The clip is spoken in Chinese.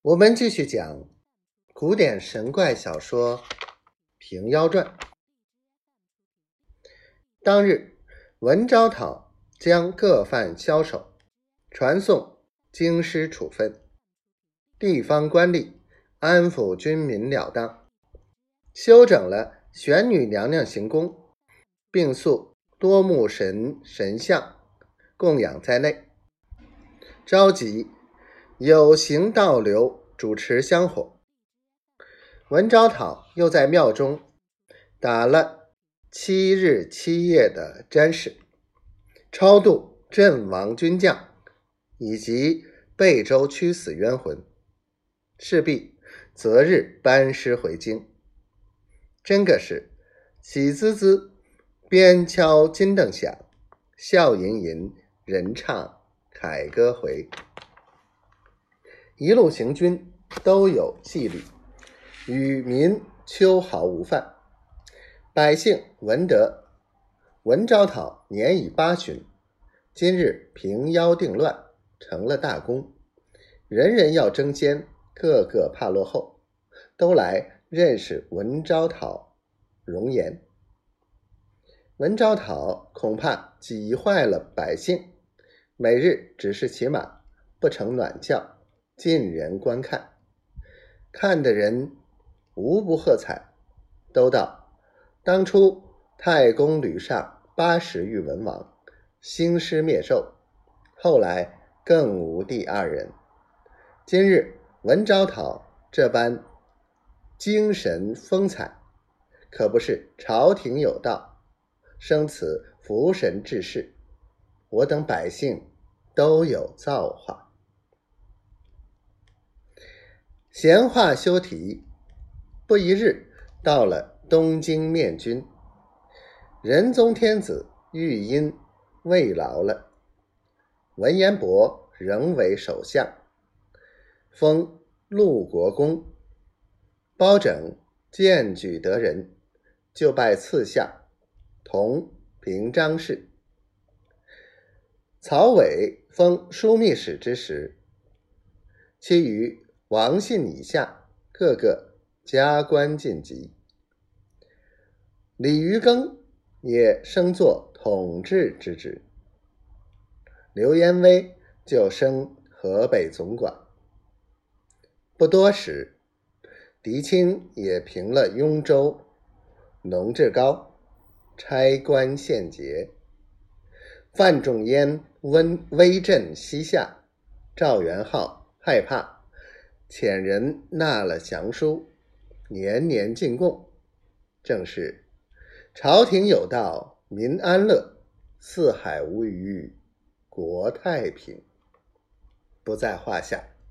我们继续讲古典神怪小说《平妖传》。当日，文昭讨将各犯枭首传送京师处分，地方官吏安抚军民了当，修整了玄女娘娘行宫，并塑多木神像供养在内，召集有形道流主持香火。文昭讨又在庙中打了7日7夜的占事，超度阵亡军将以及贝州驱死冤魂，势必择日班师回京。真个是喜滋滋，鞭敲金镫响，笑吟吟，人唱凯歌回。一路行军都有纪律，与民秋毫无犯。百姓闻得文昭讨年已80，今日平妖定乱，成了大功，人人要争先，个个怕落后，都来认识文昭讨容颜。文昭讨恐怕挤坏了百姓，每日只是骑马，不成暖轿，尽人观看，看的人无不喝彩，都道当初太公吕尚80遇文王，兴师灭纣，后来更无第二人。今日文昭讨这般精神风采，可不是朝廷有道，生此福神治世，我等百姓都有造化。闲话休提，不一日到了东京面君，仁宗天子御因未劳了，文彦博仍为首相，封陆国公，包拯荐举得人，就拜次相，同平章事。曹伟封枢密使之时，其余王信以下个个加官晋级。李渔庚也升作统治之职，刘延威就升河北总管。不多时，狄青也平了雍州，农志高差官献节，范仲淹威震西夏，赵元昊害怕，遣人纳了降书，年年进贡，正是朝廷有道，民安乐，四海无虞，国太平，不在话下。